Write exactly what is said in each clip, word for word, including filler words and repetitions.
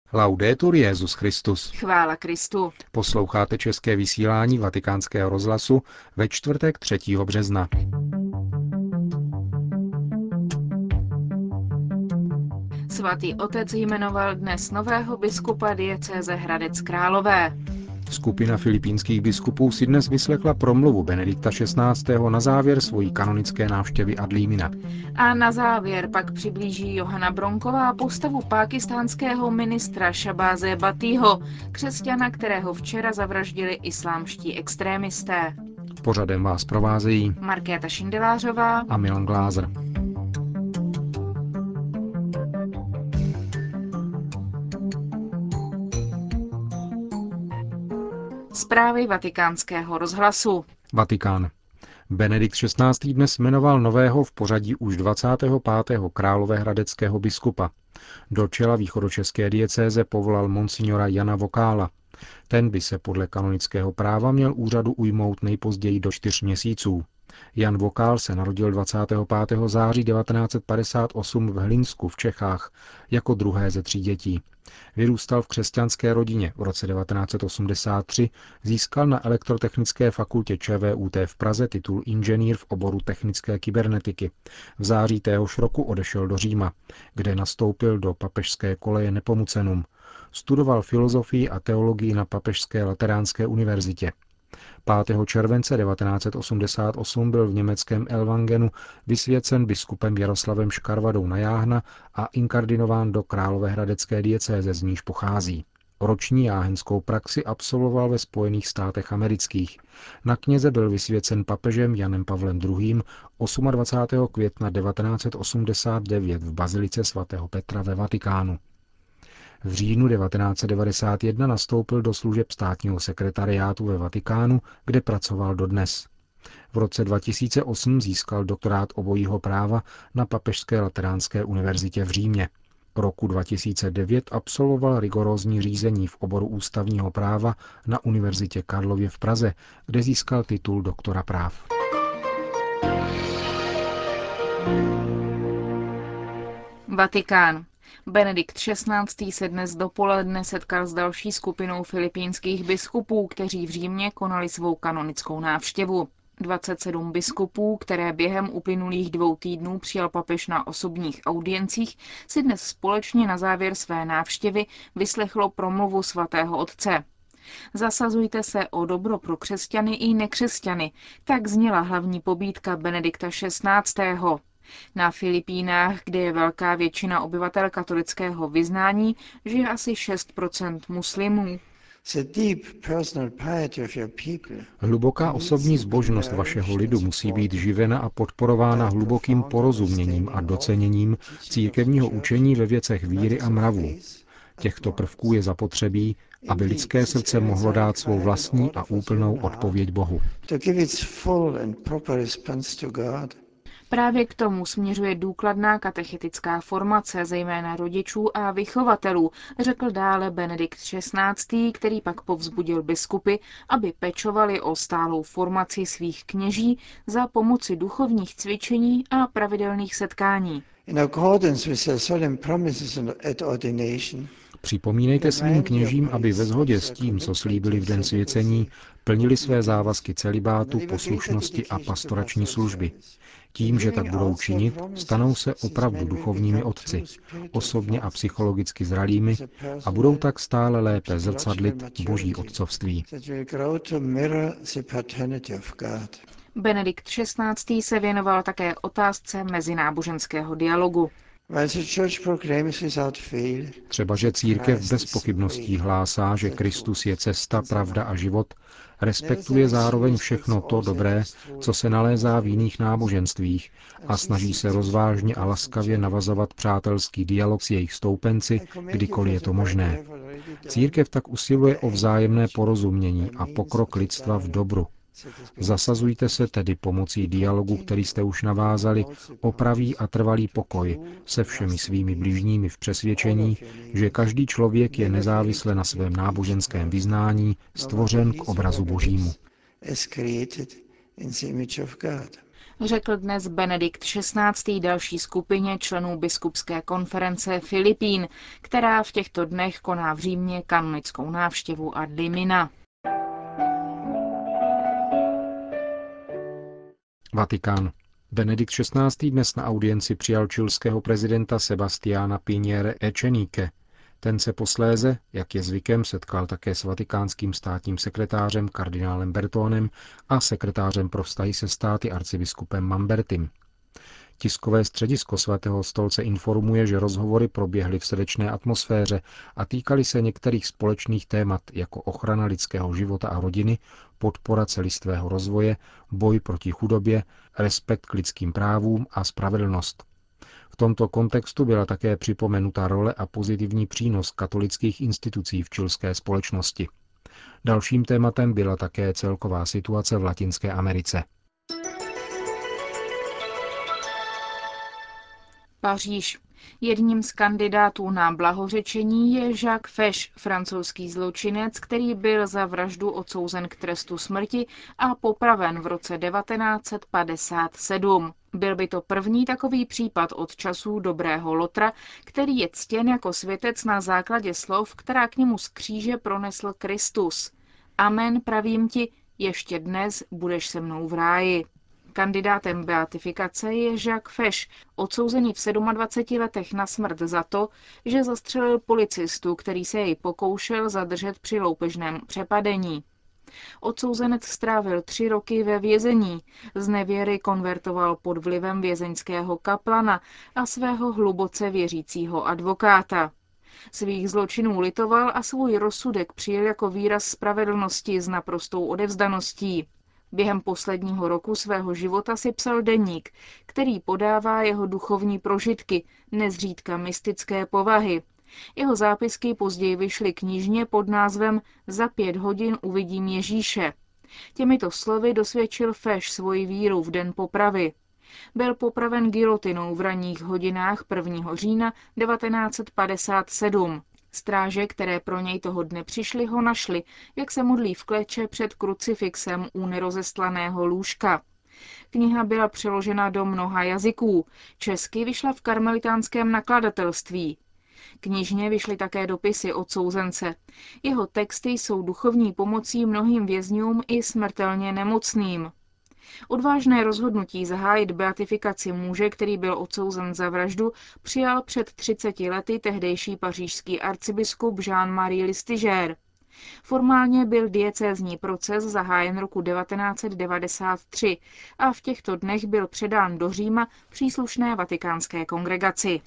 Laudetur Jesus Christus. Chvála Kristu. Posloucháte české vysílání Vatikánského rozhlasu ve čtvrtek třetího března. Svatý otec jmenoval dnes nového biskupa diecéze Hradec Králové. Skupina filipínských biskupů si dnes vyslechla promluvu Benedikta šestnáctého na závěr svojí kanonické návštěvy Adlímina. A na závěr pak přiblíží Johana Bronková postavu pákistánského ministra Shahbáze Bhattího, křesťana, kterého včera zavraždili islámští extrémisté. Pořadem vás provázejí Markéta Šindelářová a Milan Glázer. Zprávy Vatikánského rozhlasu. Vatikán. Benedikt šestnáctý dnes jmenoval nového v pořadí už dvacátého pátého královéhradeckého biskupa. Do čela východočeské diecéze povolal monsignora Jana Vokála. Ten by se podle kanonického práva měl úřadu ujmout nejpozději do čtyř měsíců. Jan Vokál se narodil dvacátého pátého září devatenáct set padesát osm v Hlinsku v Čechách jako druhé ze tří dětí. Vyrůstal v křesťanské rodině. V roce devatenáct set osmdesát tři získal na Elektrotechnické fakultě ČVUT v Praze titul inženýr v oboru technické kybernetiky. V září téhož roku odešel do Říma, kde nastoupil do papežské koleje Nepomucenum. Studoval filozofii a teologii na Papežské lateránské univerzitě. pátého července devatenáct set osmdesát osm byl v německém Ellwangenu vysvěcen biskupem Jaroslavem Škarvadou na Jáhna a inkardinován do královéhradecké diecéze, z níž pochází. Roční jáhenskou praxi absolvoval ve Spojených státech amerických. Na kněze byl vysvěcen papežem Janem Pavlem druhým. dvacátého osmého května devatenáct set osmdesát devět v bazilice svatého Petra ve Vatikánu. V říjnu devatenáct set devadesát jedna nastoupil do služeb státního sekretariátu ve Vatikánu, kde pracoval dodnes. V roce dva tisíce osm získal doktorát obojího práva na Papežské lateránské univerzitě v Římě. Roku dva tisíce devět absolvoval rigorózní řízení v oboru ústavního práva na Univerzitě Karlově v Praze, kde získal titul doktora práv. Vatikán. Benedikt šestnáctý se dnes dopoledne setkal s další skupinou filipínských biskupů, kteří v Římě konali svou kanonickou návštěvu. dvacet sedm biskupů, které během uplynulých dvou týdnů přijal papež na osobních audiencích, si dnes společně na závěr své návštěvy vyslechlo promluvu svatého otce. Zasazujte se o dobro pro křesťany i nekřesťany, tak zněla hlavní pobídka Benedikta šestnáctého. Na Filipínách, kde je velká většina obyvatel katolického vyznání, žije asi šest procent muslimů. Hluboká osobní zbožnost vašeho lidu musí být živena a podporována hlubokým porozuměním a doceněním církevního učení ve věcech víry a mravů. Těchto prvků je zapotřebí, aby lidské srdce mohlo dát svou vlastní a úplnou odpověď Bohu. Právě k tomu směřuje důkladná katechetická formace, zejména rodičů a vychovatelů, řekl dále Benedikt šestnáctý, který pak povzbudil biskupy, aby pečovali o stálou formaci svých kněží za pomoci duchovních cvičení a pravidelných setkání. Připomínejte svým kněžím, aby ve shodě s tím, co slíbili v den svěcení, plnili své závazky celibátu, poslušnosti a pastorační služby. Tím, že tak budou činit, stanou se opravdu duchovními otci, osobně a psychologicky zralými, a budou tak stále lépe zrcadlit Boží otcovství. Benedikt šestnáctý se věnoval také otázce mezináboženského dialogu. Třeba, že církev bez pochybností hlásá, že Kristus je cesta, pravda a život, respektuje zároveň všechno to dobré, co se nalézá v jiných náboženstvích, a snaží se rozvážně a laskavě navazovat přátelský dialog s jejich stoupenci, kdykoliv je to možné. Církev tak usiluje o vzájemné porozumění a pokrok lidstva v dobru. Zasazujte se tedy pomocí dialogu, který jste už navázali, o pravý a trvalý pokoj se všemi svými bližními v přesvědčení, že každý člověk je nezávisle na svém náboženském vyznání stvořen k obrazu Božímu. řekl dnes Benedikt šestnáctý další skupině členů biskupské konference Filipín, která v těchto dnech koná v Římě kanonickou návštěvu ad limina. Vatikán. Benedikt šestnáctý dnes na audienci přijal chilského prezidenta Sebastiana Piñera Echenique. Ten se posléze, jak je zvykem, setkal také s vatikánským státním sekretářem kardinálem Bertónem a sekretářem pro vztahy se státy arcibiskupem Mambertim. Tiskové středisko Svatého stolce informuje, že rozhovory proběhly v srdečné atmosféře a týkaly se některých společných témat jako ochrana lidského života a rodiny, podpora celistvého rozvoje, boj proti chudobě, respekt k lidským právům a spravedlnost. V tomto kontextu byla také připomenuta role a pozitivní přínos katolických institucí v chilské společnosti. Dalším tématem byla také celková situace v Latinské Americe. Paříž. Jedním z kandidátů na blahořečení je Jacques Fesch, francouzský zločinec, který byl za vraždu odsouzen k trestu smrti a popraven v roce devatenáct set padesát sedm. Byl by to první takový případ od časů dobrého Lotra, který je ctěn jako světec na základě slov, která k němu z kříže pronesl Kristus. Amen, pravím ti, ještě dnes budeš se mnou v ráji. Kandidátem beatifikace je Jacques Fesch, odsouzený v dvaceti sedmi letech na smrt za to, že zastřelil policistu, který se jej pokoušel zadržet při loupežném přepadení. Odsouzenec strávil tři roky ve vězení, z nevěry konvertoval pod vlivem vězeňského kaplana a svého hluboce věřícího advokáta. Svých zločinů litoval a svůj rozsudek přijel jako výraz spravedlnosti s naprostou odevzdaností. Během posledního roku svého života si psal deník, který podává jeho duchovní prožitky, nezřídka mystické povahy. Jeho zápisky později vyšly knižně pod názvem Za pět hodin uvidím Ježíše. Těmito slovy dosvědčil Fesch svoji víru v den popravy. Byl popraven gilotinou v ranních hodinách prvního října devatenáct set padesát sedm. Stráže, které pro něj toho dne přišli, ho našli, jak se modlí v kleče před krucifixem u nerozestlaného lůžka. Kniha byla přeložena do mnoha jazyků. Česky vyšla v karmelitánském nakladatelství. Knižně vyšly také dopisy odsouzence. Jeho texty jsou duchovní pomocí mnohým vězňům i smrtelně nemocným. Odvážné rozhodnutí zahájit beatifikaci muže, který byl odsouzen za vraždu, přijal před třiceti lety tehdejší pařížský arcibiskup Jean-Marie Listiger. Formálně byl diecézní proces zahájen roku devatenáct set devadesát tři a v těchto dnech byl předán do Říma příslušné vatikánské kongregaci.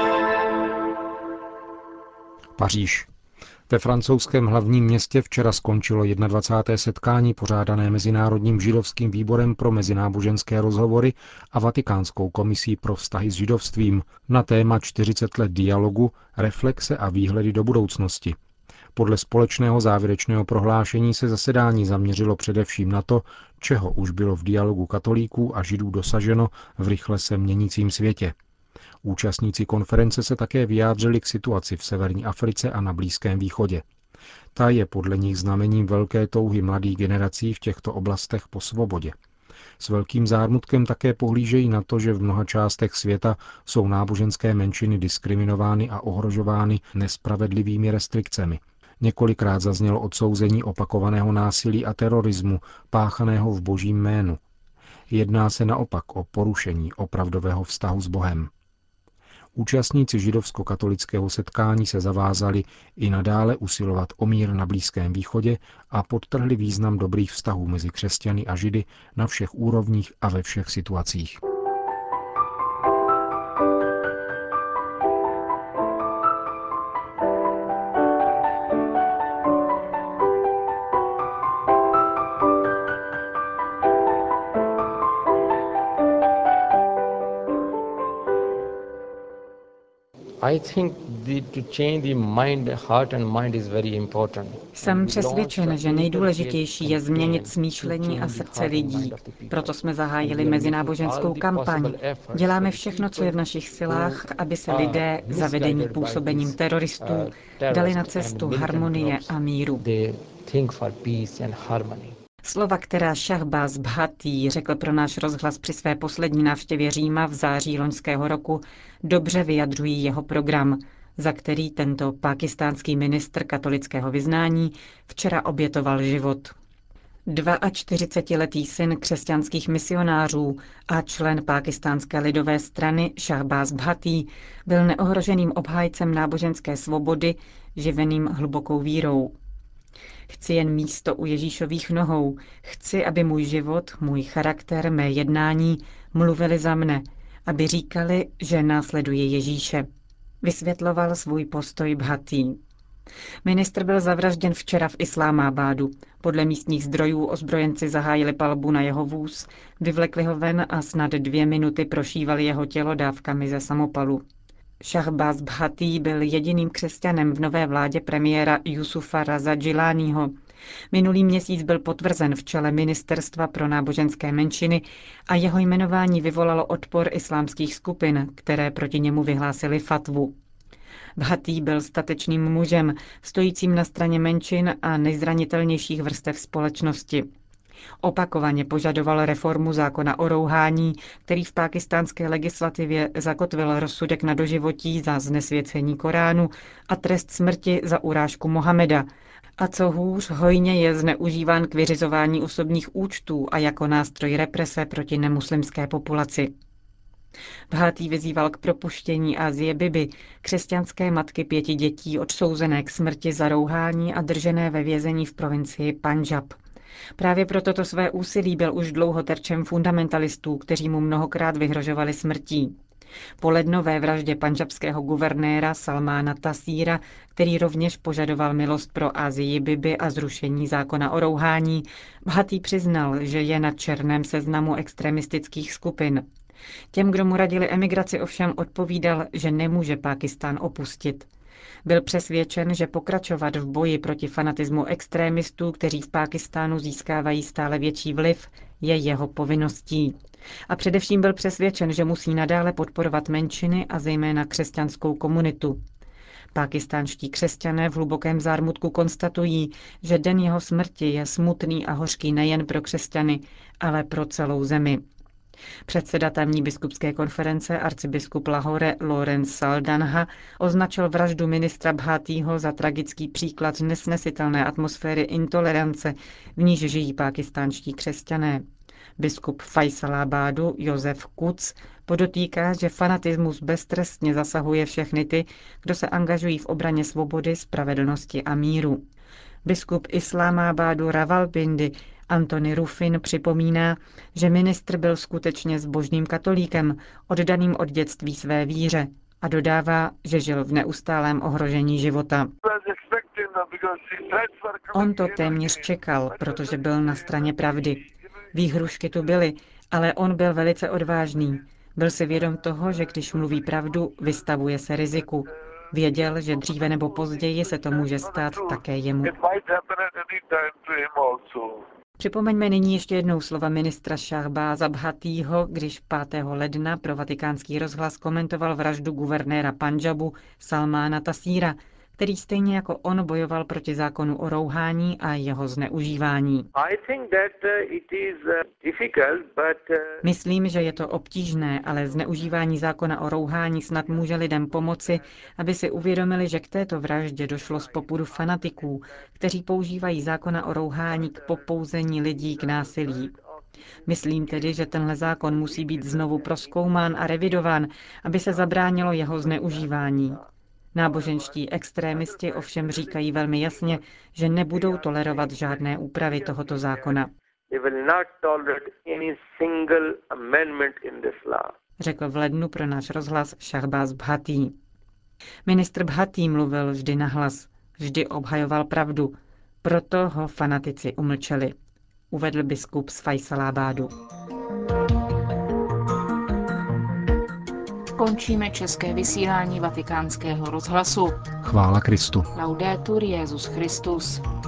Paříž. Ve francouzském hlavním městě včera skončilo dvacáté první setkání pořádané Mezinárodním židovským výborem pro mezináboženské rozhovory a Vatikánskou komisí pro vztahy s židovstvím na téma čtyřicet let dialogu, reflexe a výhledy do budoucnosti. Podle společného závěrečného prohlášení se zasedání zaměřilo především na to, čeho už bylo v dialogu katolíků a židů dosaženo v rychle se měnícím světě. Účastníci konference se také vyjádřili k situaci v severní Africe a na Blízkém východě. Ta je podle nich znamením velké touhy mladých generací v těchto oblastech po svobodě. S velkým zármutkem také pohlížejí na to, že v mnoha částech světa jsou náboženské menšiny diskriminovány a ohrožovány nespravedlivými restrikcemi. Několikrát zaznělo odsouzení opakovaného násilí a terorismu páchaného v božím jménu. Jedná se naopak o porušení opravdového vztahu s Bohem. Účastníci židovsko-katolického setkání se zavázali i nadále usilovat o mír na Blízkém východě a podtrhli význam dobrých vztahů mezi křesťany a židy na všech úrovních a ve všech situacích. Jsem přesvědčen, že nejdůležitější je změnit smýšlení a srdce lidí. Proto jsme zahájili mezináboženskou kampaň. Děláme všechno, co je v našich silách, aby se lidé, zavedení působením teroristů, dali na cestu harmonie a míru. Slova, která Šahbáz Bhatí řekl pro náš rozhlas při své poslední návštěvě Říma v září loňského roku, dobře vyjadřují jeho program, za který tento pákistánský ministr katolického vyznání včera obětoval život. čtyřicetiletý syn křesťanských misionářů a člen Pákistánské lidové strany Šahbáz Bhatí byl neohroženým obhájcem náboženské svobody, živeným hlubokou vírou. Chci jen místo u Ježíšových nohou, chci, aby můj život, můj charakter, mé jednání mluvili za mne, aby říkali, že následuji Ježíše. Vysvětloval svůj postoj Bhatí. Ministr byl zavražděn včera v Islámábádu. Podle místních zdrojů ozbrojenci zahájili palbu na jeho vůz, vyvlekli ho ven a snad dvě minuty prošívali jeho tělo dávkami ze samopalu. Šahbáz Bhatí byl jediným křesťanem v nové vládě premiéra Jusufa Raza Giláního. Minulý měsíc byl potvrzen v čele Ministerstva pro náboženské menšiny a jeho jmenování vyvolalo odpor islámských skupin, které proti němu vyhlásily fatvu. Bhatí byl statečným mužem, stojícím na straně menšin a nejzranitelnějších vrstev společnosti. Opakovaně požadoval reformu zákona o rouhání, který v pákistánské legislativě zakotvil rozsudek na doživotí za znesvěcení Koránu a trest smrti za urážku Mohameda. A co hůř, hojně je zneužíván k vyřizování osobních účtů a jako nástroj represe proti nemuslimské populaci. Bhatí vyzýval k propuštění Asie Bibi, křesťanské matky pěti dětí odsouzené k smrti za rouhání a držené ve vězení v provincii Pandžab. Právě pro toto své úsilí byl už dlouho terčem fundamentalistů, kteří mu mnohokrát vyhrožovali smrtí. Po lednové vraždě pandžabského guvernéra Salmána Tasíra, který rovněž požadoval milost pro Asii Bibi a zrušení zákona o rouhání, Bhatí přiznal, že je na černém seznamu extremistických skupin. Těm, kdo mu radili emigraci, ovšem odpovídal, že nemůže Pákistán opustit. Byl přesvědčen, že pokračovat v boji proti fanatismu extrémistů, kteří v Pákistánu získávají stále větší vliv, je jeho povinností. A především byl přesvědčen, že musí nadále podporovat menšiny a zejména křesťanskou komunitu. Pákistánští křesťané v hlubokém zármutku konstatují, že den jeho smrti je smutný a hořký nejen pro křesťany, ale pro celou zemi. Předseda tamní biskupské konference arcibiskup Lahore Lawrence Saldanha označil vraždu ministra Bhatího za tragický příklad nesnesitelné atmosféry intolerance, v níž žijí pákistánští křesťané. Biskup Faisalabadu Josef Kuc podotýká, že fanatismus beztrestně zasahuje všechny ty, kdo se angažují v obraně svobody, spravedlnosti a míru. Biskup Islámábádu Rawalpindi Anthony Ruffin připomíná, že ministr byl skutečně zbožným katolíkem, oddaným od dětství své víře, a dodává, že žil v neustálém ohrožení života. On to téměř čekal, protože byl na straně pravdy. Výhrušky tu byly, ale on byl velice odvážný. Byl si vědom toho, že když mluví pravdu, vystavuje se riziku. Věděl, že dříve nebo později se to může stát také jemu. Připomeňme nyní ještě jednou slova ministra Šahbáza Bhatího, když pátého ledna pro Vatikánský rozhlas komentoval vraždu guvernéra Pandžabu Salmána Tasíra, který stejně jako on bojoval proti zákonu o rouhání a jeho zneužívání. Myslím, že je to obtížné, ale zneužívání zákona o rouhání snad může lidem pomoci, aby si uvědomili, že k této vraždě došlo z popudu fanatiků, kteří používají zákona o rouhání k popouzení lidí k násilí. Myslím tedy, že tenhle zákon musí být znovu prozkoumán a revidován, aby se zabránilo jeho zneužívání. Náboženští extrémisti ovšem říkají velmi jasně, že nebudou tolerovat žádné úpravy tohoto zákona. Řekl v lednu pro náš rozhlas Šahbáz Bhatí. Ministr Bhatí mluvil vždy nahlas, vždy obhajoval pravdu, proto ho fanatici umlčeli, uvedl biskup z Faisalabádu. Končíme české vysílání Vatikánského rozhlasu. Chvála Kristu. Laudetur Jesus Christus.